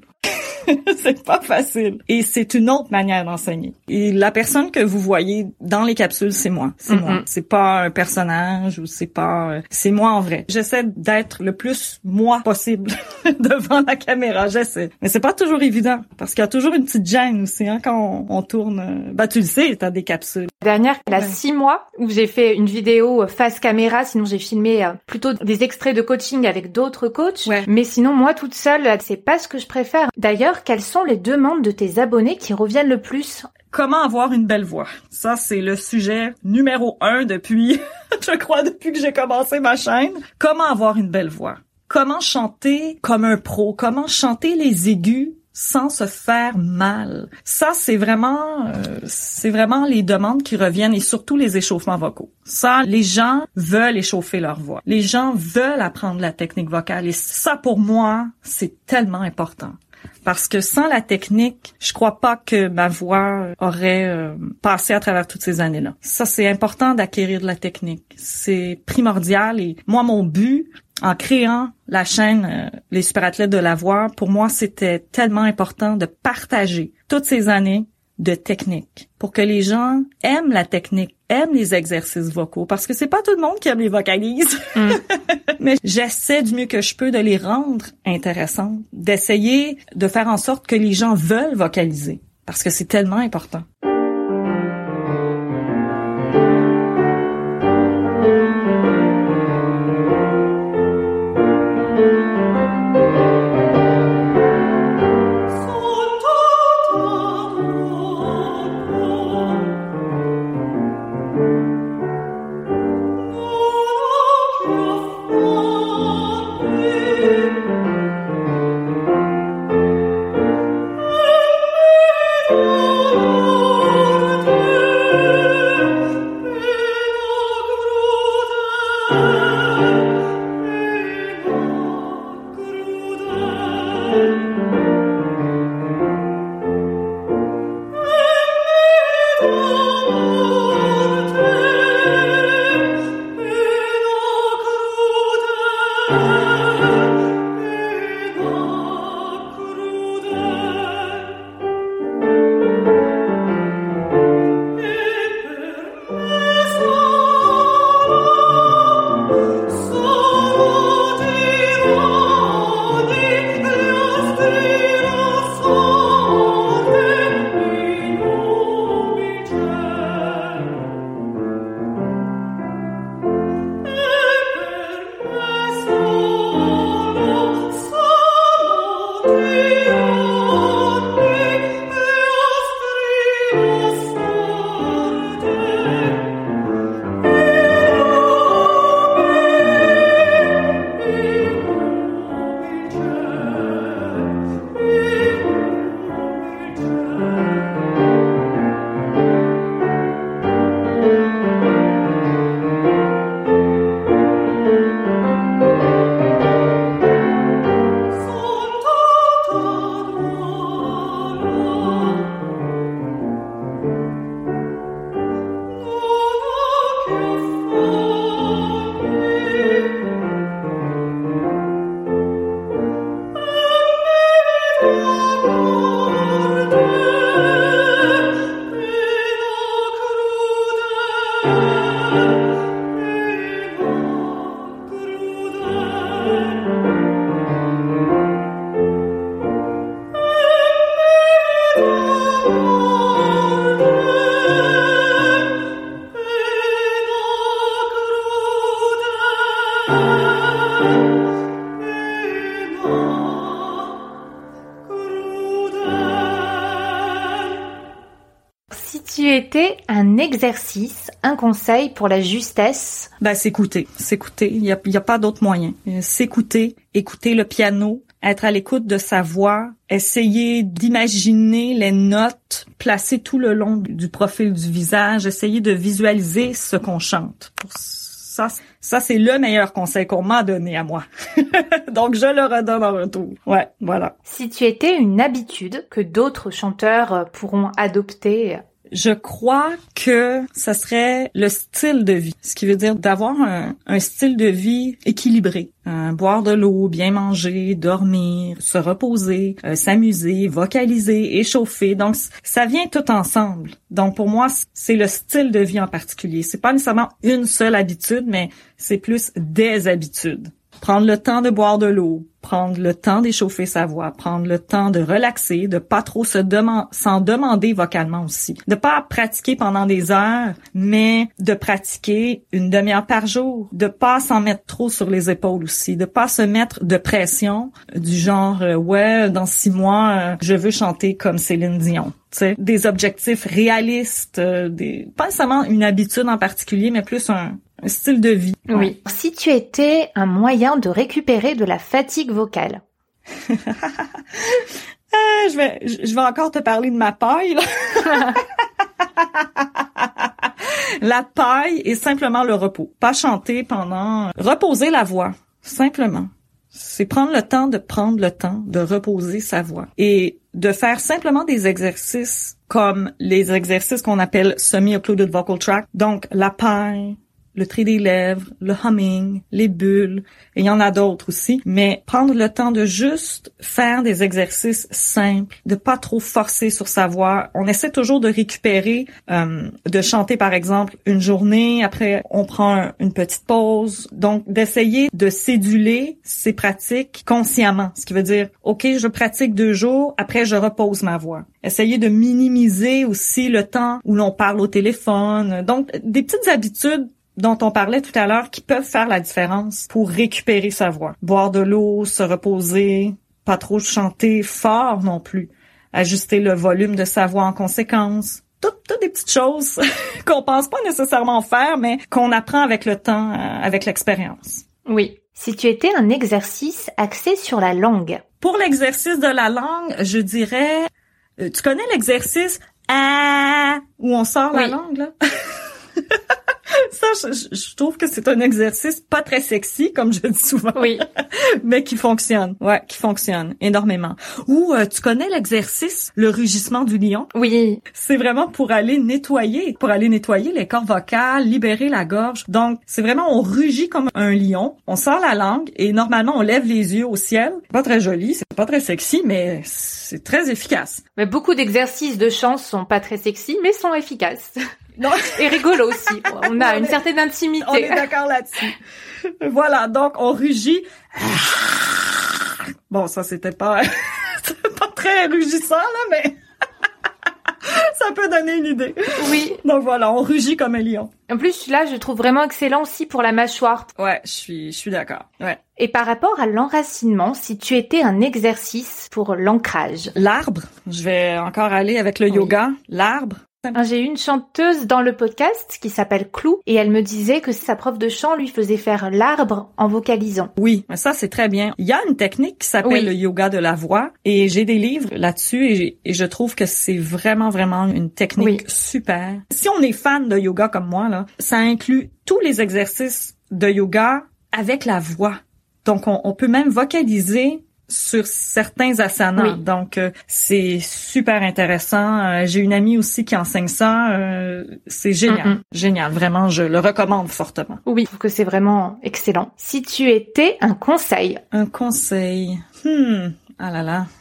C'est pas facile. Et c'est une autre manière d'enseigner. Et la personne que vous voyez dans les capsules, c'est moi. C'est moi. C'est pas un personnage ou c'est moi en vrai. J'essaie d'être le plus moi possible devant la caméra. J'essaie. Mais c'est pas toujours évident parce qu'il y a toujours une petite gêne aussi, hein, quand on tourne. Tu le sais, t'as des capsules. La dernière, il y a 6 mois, où j'ai fait une vidéo face caméra, sinon j'ai filmé plutôt des extraits de coaching avec d'autres coachs. Ouais. Mais sinon, moi, toute seule, c'est pas ce que je préfère. D'ailleurs, quelles sont les demandes de tes abonnés qui reviennent le plus? Comment avoir une belle voix? Ça, c'est le sujet numéro 1 depuis, je crois, depuis que j'ai commencé ma chaîne. Comment avoir une belle voix? Comment chanter comme un pro? Comment chanter les aigus sans se faire mal? Ça, c'est vraiment les demandes qui reviennent et surtout les échauffements vocaux. Ça, les gens veulent échauffer leur voix. Les gens veulent apprendre la technique vocale et ça, pour moi, c'est tellement important. Parce que sans la technique, je crois pas que ma voix aurait passé à travers toutes ces années-là. Ça, c'est important d'acquérir de la technique. C'est primordial et moi, mon but, en créant la chaîne Les Superathlètes de la voix, pour moi, c'était tellement important de partager toutes ces années de technique pour que les gens aiment la technique, aiment les exercices vocaux, parce que c'est pas tout le monde qui aime les vocalises. Mais j'essaie du mieux que je peux de les rendre intéressantes, d'essayer de faire en sorte que les gens veulent vocaliser, parce que c'est tellement important. Oh Si tu étais un exercice, un conseil pour la justesse? Ben, s'écouter. Il y a pas d'autre moyen. S'écouter, écouter le piano, être à l'écoute de sa voix, essayer d'imaginer les notes placées tout le long du profil du visage, essayer de visualiser ce qu'on chante. Ça, c'est le meilleur conseil qu'on m'a donné à moi. Donc, je le redonne en retour. Ouais, voilà. Si tu étais une habitude que d'autres chanteurs pourront adopter? Je crois que ça serait le style de vie. Ce qui veut dire d'avoir un style de vie équilibré. Boire de l'eau, bien manger, dormir, se reposer, s'amuser, vocaliser, échauffer. Donc, ça vient tout ensemble. Donc, pour moi, c'est le style de vie en particulier. C'est pas nécessairement une seule habitude, mais c'est plus des habitudes. Prendre le temps de boire de l'eau, prendre le temps d'échauffer sa voix, prendre le temps de relaxer, de pas trop s'en demander vocalement aussi. De pas pratiquer pendant des heures, mais de pratiquer une demi-heure par jour. De pas s'en mettre trop sur les épaules aussi. De pas se mettre de pression du genre, ouais, dans 6 mois, je veux chanter comme Céline Dion. T'sais, des objectifs réalistes, pas nécessairement une habitude en particulier, mais plus un style de vie. Oui. Ouais. Si tu étais un moyen de récupérer de la fatigue vocale? Je vais encore te parler de ma paille, là. La paille est simplement le repos. Pas chanter pendant... Reposer la voix, simplement. C'est prendre le temps de reposer sa voix. Et de faire simplement des exercices comme les exercices qu'on appelle semi-occluded vocal tract. Donc, la paille, le trait des lèvres, le humming, les bulles, et il y en a d'autres aussi. Mais prendre le temps de juste faire des exercices simples, de pas trop forcer sur sa voix. On essaie toujours de récupérer, de chanter par exemple une journée, après on prend une petite pause. Donc d'essayer de céduler ces pratiques consciemment, ce qui veut dire, OK, je pratique 2 jours, après je repose ma voix. Essayer de minimiser aussi le temps où l'on parle au téléphone. Donc des petites habitudes dont on parlait tout à l'heure qui peuvent faire la différence pour récupérer sa voix. Boire de l'eau, se reposer, pas trop chanter fort non plus. Ajuster le volume de sa voix en conséquence. Toutes des petites choses qu'on pense pas nécessairement faire, mais qu'on apprend avec le temps, avec l'expérience. Oui. Si tu étais un exercice axé sur la langue? Pour l'exercice de la langue, je dirais... tu connais l'exercice « ah » où on sort la langue, là? Ça, je trouve que c'est un exercice pas très sexy, comme je dis souvent. Oui. Mais qui fonctionne. Ouais, qui fonctionne énormément. Ou, tu connais l'exercice, le rugissement du lion? Oui. C'est vraiment pour aller nettoyer les cordes vocales, libérer la gorge. Donc, c'est vraiment, on rugit comme un lion, on sort la langue et normalement, on lève les yeux au ciel. C'est pas très joli, c'est pas très sexy, mais c'est très efficace. Mais beaucoup d'exercices de chant sont pas très sexy, mais sont efficaces. Non. Et rigolo aussi. On a une certaine intimité. On est d'accord là-dessus. Voilà, donc on rugit. Bon, ça c'était pas très rugissant là, mais ça peut donner une idée. Oui. Donc voilà, on rugit comme un lion. En plus, là, je trouve vraiment excellent aussi pour la mâchoire. Ouais, je suis d'accord. Ouais. Et par rapport à l'enracinement, si tu étais un exercice pour l'ancrage? L'arbre, je vais encore aller avec le yoga. L'arbre. J'ai eu une chanteuse dans le podcast qui s'appelle Clou et elle me disait que sa prof de chant lui faisait faire l'arbre en vocalisant. Oui, ça c'est très bien. Il y a une technique qui s'appelle le yoga de la voix et j'ai des livres là-dessus et je trouve que c'est vraiment une technique super. Si on est fan de yoga comme moi là, ça inclut tous les exercices de yoga avec la voix. Donc on peut même vocaliser sur certains asanas. Oui. Donc, c'est super intéressant. J'ai une amie aussi qui enseigne ça. C'est génial. Génial. Vraiment, je le recommande fortement. Oui, je trouve que c'est vraiment excellent. Si tu étais un conseil. Un conseil. Ah là là.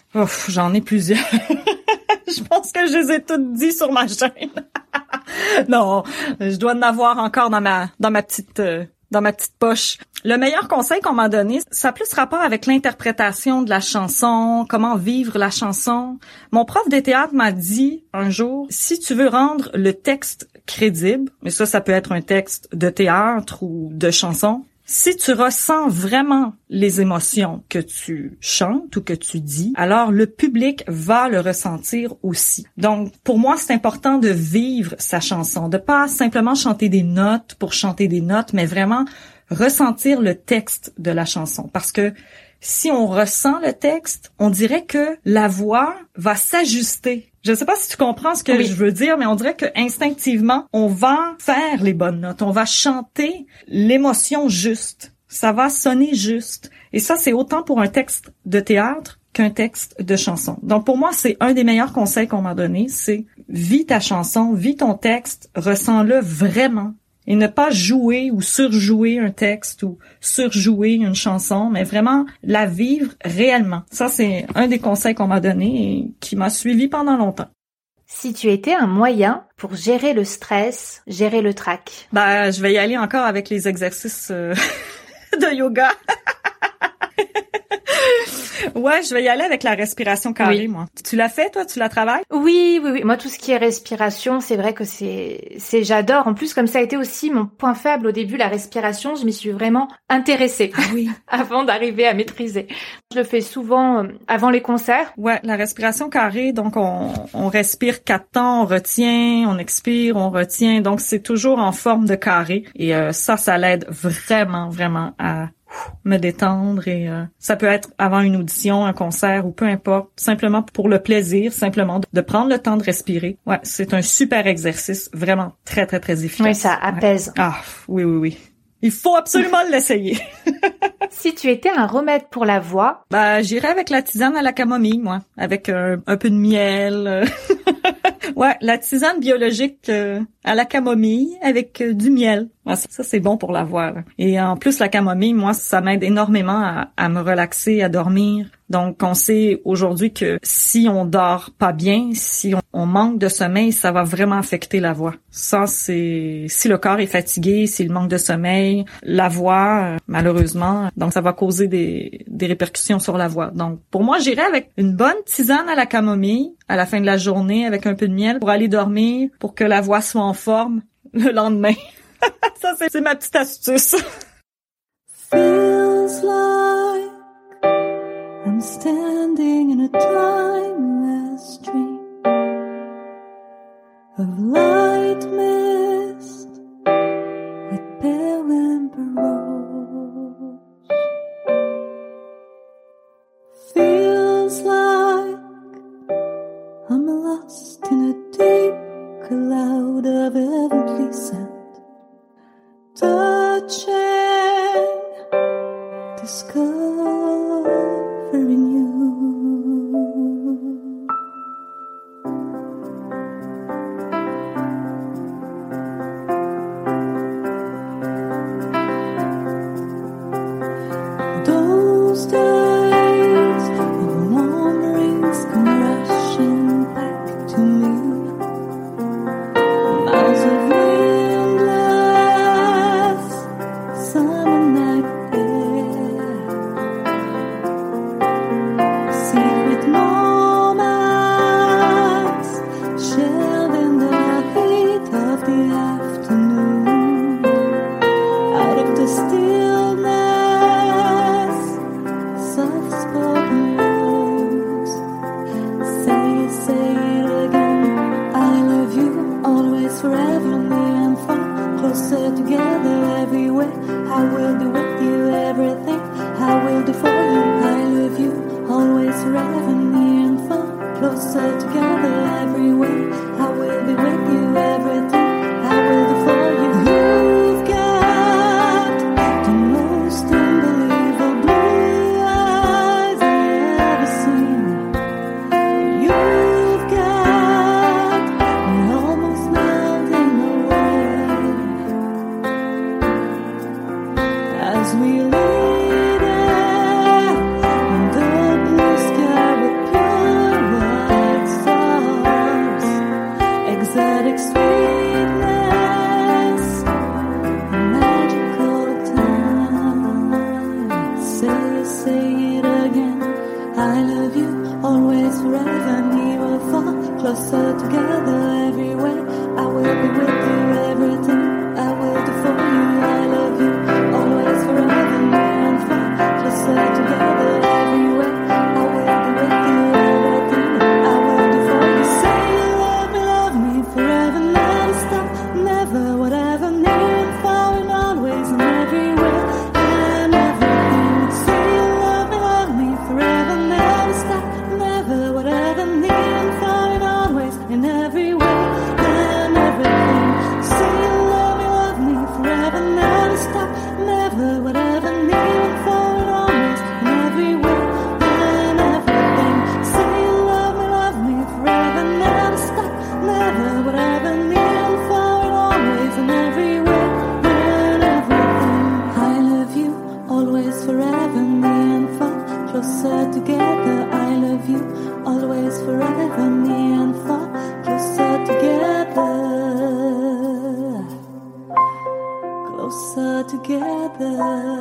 Ouf, j'en ai plusieurs. Je pense que je les ai toutes dit sur ma chaîne. Non, je dois en avoir encore dans ma petite poche. Le meilleur conseil qu'on m'a donné, ça a plus rapport avec l'interprétation de la chanson, comment vivre la chanson. Mon prof de théâtre m'a dit un jour, si tu veux rendre le texte crédible, mais ça peut être un texte de théâtre ou de chanson, si tu ressens vraiment les émotions que tu chantes ou que tu dis, alors le public va le ressentir aussi. Donc, pour moi, c'est important de vivre sa chanson, de pas simplement chanter des notes pour chanter des notes, mais vraiment ressentir le texte de la chanson. Parce que si on ressent le texte, on dirait que la voix va s'ajuster. Je ne sais pas si tu comprends ce que je veux dire, mais on dirait que instinctivement, on va faire les bonnes notes, on va chanter l'émotion juste. Ça va sonner juste. Et ça, c'est autant pour un texte de théâtre qu'un texte de chanson. Donc pour moi, c'est un des meilleurs conseils qu'on m'a donné, c'est vis ta chanson, vis ton texte, ressens-le vraiment. Et ne pas jouer ou surjouer un texte ou surjouer une chanson, mais vraiment la vivre réellement. Ça, c'est un des conseils qu'on m'a donné et qui m'a suivi pendant longtemps. Si tu étais un moyen pour gérer le stress, gérer le trac. Je vais y aller encore avec les exercices de yoga. Ouais, je vais y aller avec la respiration carrée, moi. Tu l'as fait, toi? Tu la travailles? Oui. Moi, tout ce qui est respiration, c'est vrai que j'adore. En plus, comme ça a été aussi mon point faible au début, la respiration, je m'y suis vraiment intéressée. Ah oui. Avant d'arriver à maîtriser. Je le fais souvent avant les concerts. Ouais, la respiration carrée, donc on respire 4 temps, on retient, on expire, on retient. Donc, c'est toujours en forme de carré. Et ça l'aide vraiment, vraiment à me détendre et ça peut être avant une audition, un concert ou peu importe, simplement pour le plaisir, simplement de prendre le temps de respirer. Ouais, c'est un super exercice, vraiment très, très, très efficace. Oui, ça apaise. Ouais. Ah, oui. Il faut absolument l'essayer. Si tu étais un remède pour la voix? J'irais avec la tisane à la camomille, moi, avec un peu de miel. Ouais, la tisane biologique à la camomille avec du miel. Ouais, ça, c'est bon pour la voix, là. Et en plus, la camomille, moi, ça m'aide énormément à me relaxer, à dormir. Donc, on sait aujourd'hui que si on dort pas bien, si on manque de sommeil, ça va vraiment affecter la voix. Ça, c'est si le corps est fatigué, s'il manque de sommeil, la voix, malheureusement, donc ça va causer des répercussions sur la voix. Donc, pour moi, j'irais avec une bonne tisane à la camomille à la fin de la journée avec un peu de miel pour aller dormir, pour que la voix soit en forme le lendemain. Ça, c'est ma petite astuce. Feels like I'm standing in a timeless dream of light mist with pale amber rose. Feels like I'm lost in a deep cloud of heavenly scent, touching, discovering you. Those days of memories come rushing back to me. Miles of windless summer night air, secret moments shared in the heat of the afternoon. Out of the stillness, soft-spoken words. Say it again. I love you, always, forever, near and far, closer together everywhere. I will be with you, everything I will do for you. I love you, always, forever, near and far, closer together everywhere. I will be with you, everything I will do for you. You've got the most unbelievable blue eyes I've ever seen. You've got me almost melting away as we lay there in the blue sky with pure closer together everywhere. I will be with you, everything I will do for you. I love you, always, forever, near and far. Closer together everywhere. I will be with you, everything I will do for you. Say you love me forever, never stop, never, whatever, near and far and always and everywhere and everything. Say you love me forever, never stop, never, whatever, near and far and always and everywhere and everything. Say you love me forever, never stop, never, whatever, near and far and always and everywhere and everything. Say you love me forever, never stop, never, whatever, near and far and always and everywhere and everything. I love you, always, forever, near and far, closer together. I love you, always, forever, near and far, closer together. Closer together.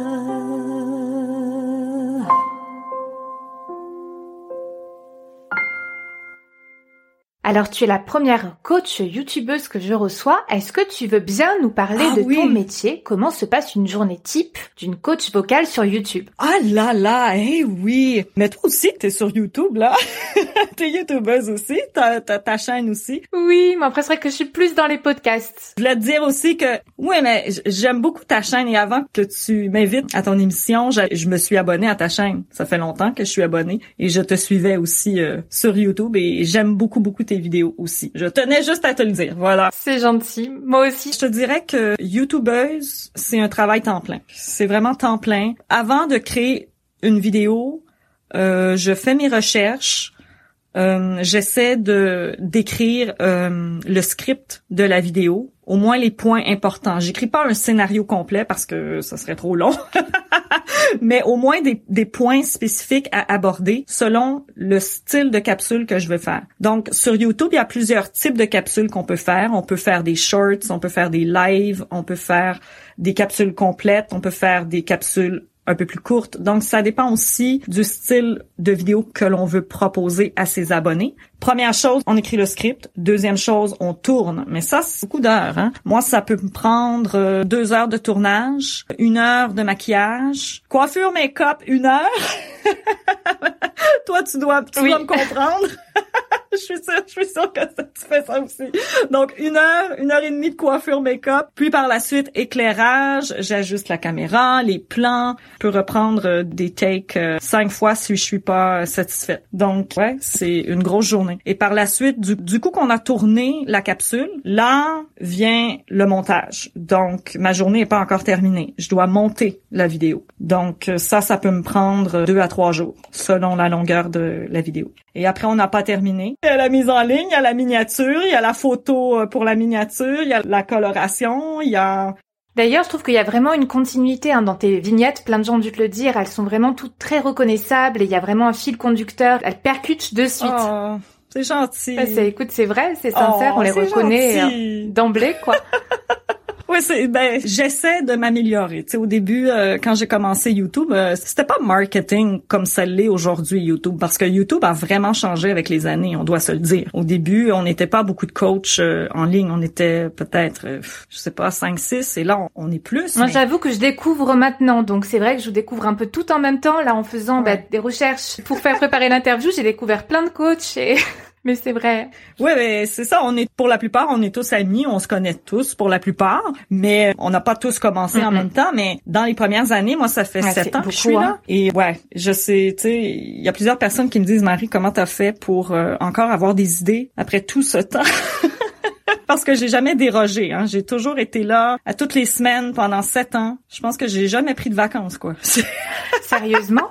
Alors, tu es la première coach youtubeuse que je reçois. Est-ce que tu veux bien nous parler de ton métier? Comment se passe une journée type d'une coach vocale sur YouTube? Ah là là, oui. Mais toi aussi, t'es sur YouTube, là. T'es youtubeuse aussi. T'as ta chaîne aussi. Oui, mais après, c'est vrai que je suis plus dans les podcasts. Je voulais te dire aussi que, oui, mais j'aime beaucoup ta chaîne et avant que tu m'invites à ton émission, je me suis abonnée à ta chaîne. Ça fait longtemps que je suis abonnée et je te suivais aussi sur YouTube et j'aime beaucoup tes vidéos aussi. Je tenais juste à te le dire, voilà. C'est gentil. Moi aussi. Je te dirais que YouTubeuse, c'est un travail temps plein. C'est vraiment temps plein. Avant de créer une vidéo, je fais mes recherches. J'essaie d'écrire le script de la vidéo, au moins les points importants. J'écris pas un scénario complet parce que ça serait trop long, mais au moins des points spécifiques à aborder selon le style de capsule que je veux faire. Donc, sur YouTube, il y a plusieurs types de capsules qu'on peut faire. On peut faire des shorts, on peut faire des lives, on peut faire des capsules complètes, on peut faire des capsules un peu plus courte. Donc, ça dépend aussi du style de vidéo que l'on veut proposer à ses abonnés. Première chose, on écrit le script. Deuxième chose, on tourne. Mais ça, c'est beaucoup d'heures, hein. Moi, ça peut me prendre 2 heures de tournage, 1 heure de maquillage, coiffure, make-up, 1 heure. Toi, tu dois me comprendre. Je suis sûre que tu fais ça aussi. Donc, 1 heure et demie de coiffure make-up. Puis par la suite, éclairage. J'ajuste la caméra, les plans. Je peux reprendre des takes 5 fois si je suis pas satisfaite. Donc, ouais, c'est une grosse journée. Et par la suite, du coup qu'on a tourné la capsule, là vient le montage. Donc, ma journée est pas encore terminée. Je dois monter la vidéo. Donc, ça peut me prendre 2 à 3 jours, selon la longueur de la vidéo. Et après, on n'a pas terminé. Il y a la mise en ligne, il y a la miniature, il y a la photo pour la miniature, il y a la coloration, il y a... D'ailleurs, je trouve qu'il y a vraiment une continuité dans tes vignettes. Plein de gens ont dû te le dire. Elles sont vraiment toutes très reconnaissables et il y a vraiment un fil conducteur. Elles percutent de suite. Oh, c'est gentil. Écoute, c'est vrai, c'est sincère. On les reconnaît d'emblée, quoi. Oui, j'essaie de m'améliorer. Tu sais, au début, quand j'ai commencé YouTube, c'était pas marketing comme ça l'est aujourd'hui YouTube, parce que YouTube a vraiment changé avec les années, on doit se le dire. Au début, on n'était pas beaucoup de coachs en ligne, on était peut-être, je sais pas, 5-6, et là, on est plus. Moi, j'avoue que je découvre maintenant, donc c'est vrai que je découvre un peu tout en même temps, là, en faisant des recherches pour faire préparer l'interview, j'ai découvert plein de coachs et... Mais c'est vrai. Oui, mais c'est ça. Pour la plupart, on est tous amis, on se connaît tous pour la plupart, mais on n'a pas tous commencé en même temps. Mais dans les premières années, moi, ça fait 7 ans que je suis là. Et ouais, je sais, tu sais, il y a plusieurs personnes qui me disent, Marie, comment t'as fait pour encore avoir des idées après tout ce temps? Parce que j'ai jamais dérogé, hein. J'ai toujours été là à toutes les semaines pendant 7 ans. Je pense que j'ai jamais pris de vacances, quoi. Sérieusement?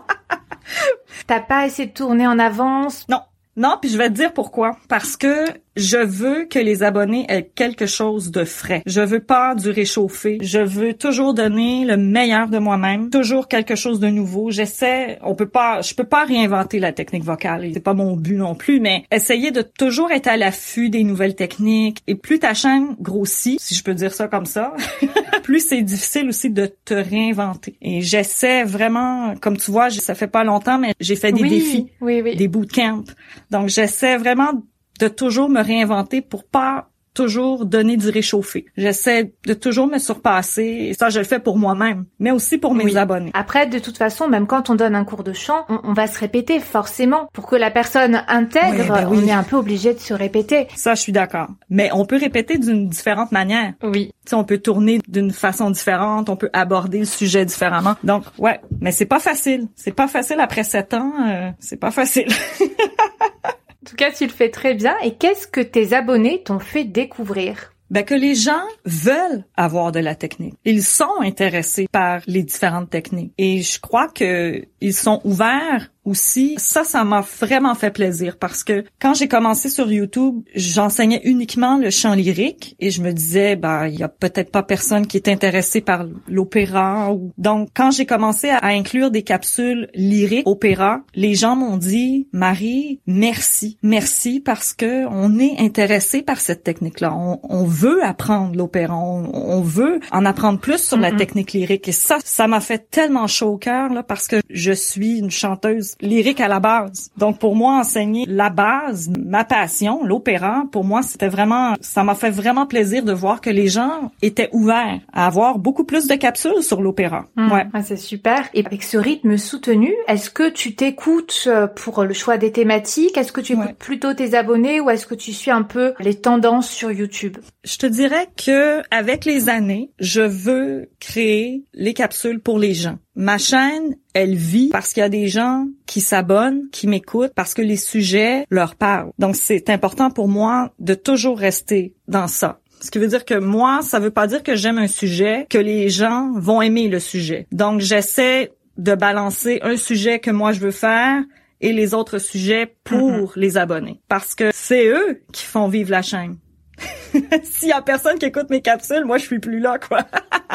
T'as pas essayé de tourner en avance? Non, puis je vais te dire pourquoi. Parce que je veux que les abonnés aient quelque chose de frais. Je veux pas du réchauffé. Je veux toujours donner le meilleur de moi-même. Toujours quelque chose de nouveau. Je peux pas réinventer la technique vocale. C'est pas mon but non plus, mais essayer de toujours être à l'affût des nouvelles techniques. Et plus ta chaîne grossit, si je peux dire ça comme ça, plus c'est difficile aussi de te réinventer. Et j'essaie vraiment, comme tu vois, ça fait pas longtemps, mais j'ai fait des défis, des bootcamps. Donc, j'essaie vraiment de toujours me réinventer pour pas toujours donner du réchauffé. J'essaie de toujours me surpasser et ça, je le fais pour moi-même, mais aussi pour mes abonnés. Après, de toute façon, même quand on donne un cours de chant, on va se répéter forcément. Pour que la personne intègre, on est un peu obligé de se répéter. Ça, je suis d'accord. Mais on peut répéter d'une différente manière. Oui. Tu sais, on peut tourner d'une façon différente, on peut aborder le sujet différemment. Donc, ouais, mais c'est pas facile. C'est pas facile après 7 ans, c'est pas facile. En tout cas, tu le fais très bien. Et qu'est-ce que tes abonnés t'ont fait découvrir? Ben, que les gens veulent avoir de la technique. Ils sont intéressés par les différentes techniques. Et je crois que ils sont ouverts aussi. Ça m'a vraiment fait plaisir parce que quand j'ai commencé sur YouTube, j'enseignais uniquement le chant lyrique et je me disais, il y a peut-être pas personne qui est intéressé par l'opéra. Donc, quand j'ai commencé à inclure des capsules lyriques, opéra, les gens m'ont dit, Marie, merci parce que on est intéressé par cette technique-là. On veut apprendre l'opéra. On veut en apprendre plus sur la technique lyrique. Et ça m'a fait tellement chaud au cœur, là, parce que je suis une chanteuse lyrique à la base. Donc, pour moi, enseigner la base, ma passion, l'opéra, pour moi, ça m'a fait vraiment plaisir de voir que les gens étaient ouverts à avoir beaucoup plus de capsules sur l'opéra. Ouais. Ah, c'est super. Et avec ce rythme soutenu, est-ce que tu t'écoutes pour le choix des thématiques? Est-ce que tu écoutes plutôt tes abonnés ou est-ce que tu suis un peu les tendances sur YouTube? Je te dirais que avec les années, je veux créer les capsules pour les gens. Ma chaîne, elle vit parce qu'il y a des gens qui s'abonnent, qui m'écoutent, parce que les sujets leur parlent. Donc, c'est important pour moi de toujours rester dans ça. Ce qui veut dire que moi, ça veut pas dire que j'aime un sujet, que les gens vont aimer le sujet. Donc, j'essaie de balancer un sujet que moi je veux faire et les autres sujets pour les abonnés. Parce que c'est eux qui font vivre la chaîne. S'il y a personne qui écoute mes capsules, moi je suis plus là, quoi.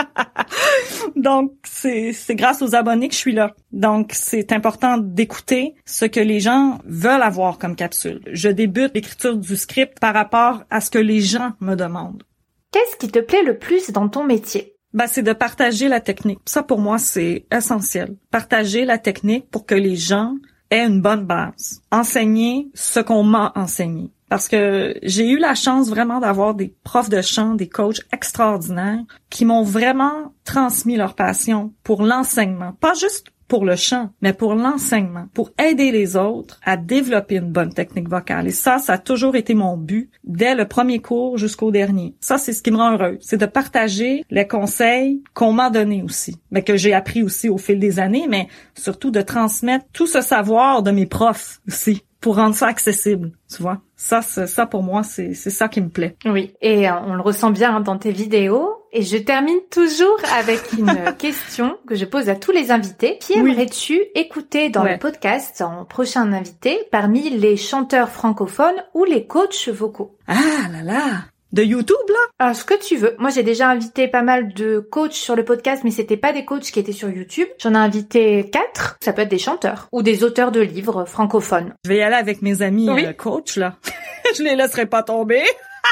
Donc c'est grâce aux abonnés que je suis là. Donc c'est important d'écouter ce que les gens veulent avoir comme capsule. Je débute l'écriture du script par rapport à ce que les gens me demandent. Qu'est-ce qui te plaît le plus dans ton métier? C'est de partager la technique. Ça pour moi c'est essentiel. Partager la technique pour que les gens aient une bonne base. Enseigner ce qu'on m'a enseigné. Parce que j'ai eu la chance vraiment d'avoir des profs de chant, des coachs extraordinaires qui m'ont vraiment transmis leur passion pour l'enseignement. Pas juste pour le chant, mais pour l'enseignement, pour aider les autres à développer une bonne technique vocale. Et ça a toujours été mon but, dès le premier cours jusqu'au dernier. Ça, c'est ce qui me rend heureuse. C'est de partager les conseils qu'on m'a donnés aussi, mais que j'ai appris aussi au fil des années, mais surtout de transmettre tout ce savoir de mes profs aussi, pour rendre ça accessible, tu vois. Ça pour moi, c'est ça qui me plaît. Oui, et on le ressent bien dans tes vidéos. Et je termine toujours avec une question que je pose à tous les invités. Qui aimerais-tu écouter dans le podcast en prochain invité parmi les chanteurs francophones ou les coachs vocaux? Ah là là! De YouTube, là? Ce que tu veux. Moi, j'ai déjà invité pas mal de coachs sur le podcast, mais c'était pas des coachs qui étaient sur YouTube. J'en ai invité 4. Ça peut être des chanteurs ou des auteurs de livres francophones. Je vais y aller avec mes amis coachs, là. Je les laisserai pas tomber.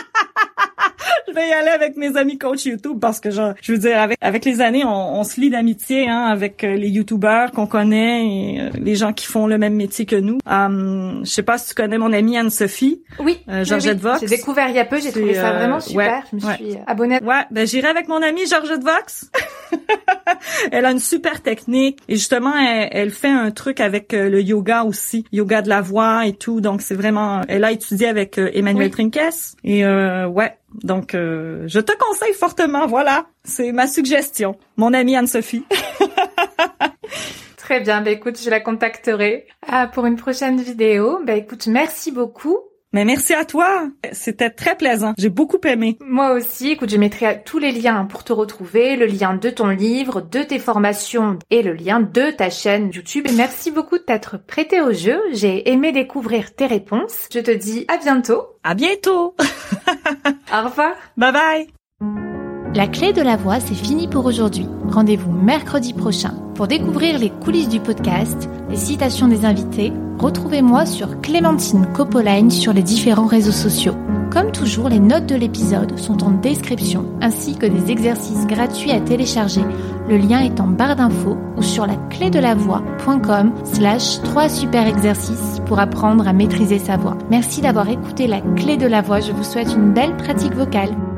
Je vais y aller avec mes amis coach YouTube parce que je veux dire avec les années on se lie d'amitié avec les YouTubeurs qu'on connaît et les gens qui font le même métier que nous. Je sais pas si tu connais mon amie Anne-Sophie. Oui. Georgette Vox. J'ai découvert il y a peu, j'ai trouvé ça vraiment super. Je me suis abonnée. Ouais, j'irai avec mon amie Georgette Vox. Elle a une super technique et justement elle fait un truc avec le yoga aussi, yoga de la voix et tout. Donc c'est vraiment elle a étudié avec Emmanuel Trinques et donc je te conseille fortement, voilà, c'est ma suggestion. Mon amie Anne-Sophie. Très bien, écoute, je la contacterai pour une prochaine vidéo. Écoute, merci beaucoup. Mais merci à toi, c'était très plaisant, j'ai beaucoup aimé. Moi aussi, écoute, je mettrai tous les liens pour te retrouver, le lien de ton livre, de tes formations et le lien de ta chaîne YouTube. Et merci beaucoup de t'être prêté au jeu, j'ai aimé découvrir tes réponses. Je te dis à bientôt. À bientôt. Au revoir. Bye bye. La clé de la voix, c'est fini pour aujourd'hui. Rendez-vous mercredi prochain pour découvrir les coulisses du podcast, les citations des invités. Retrouvez-moi sur Clémentine Copoline sur les différents réseaux sociaux. Comme toujours, les notes de l'épisode sont en description, ainsi que des exercices gratuits à télécharger. Le lien est en barre d'infos ou sur laclédelavoix.com/3 super exercices pour apprendre à maîtriser sa voix. Merci d'avoir écouté La Clé de la Voix. Je vous souhaite une belle pratique vocale.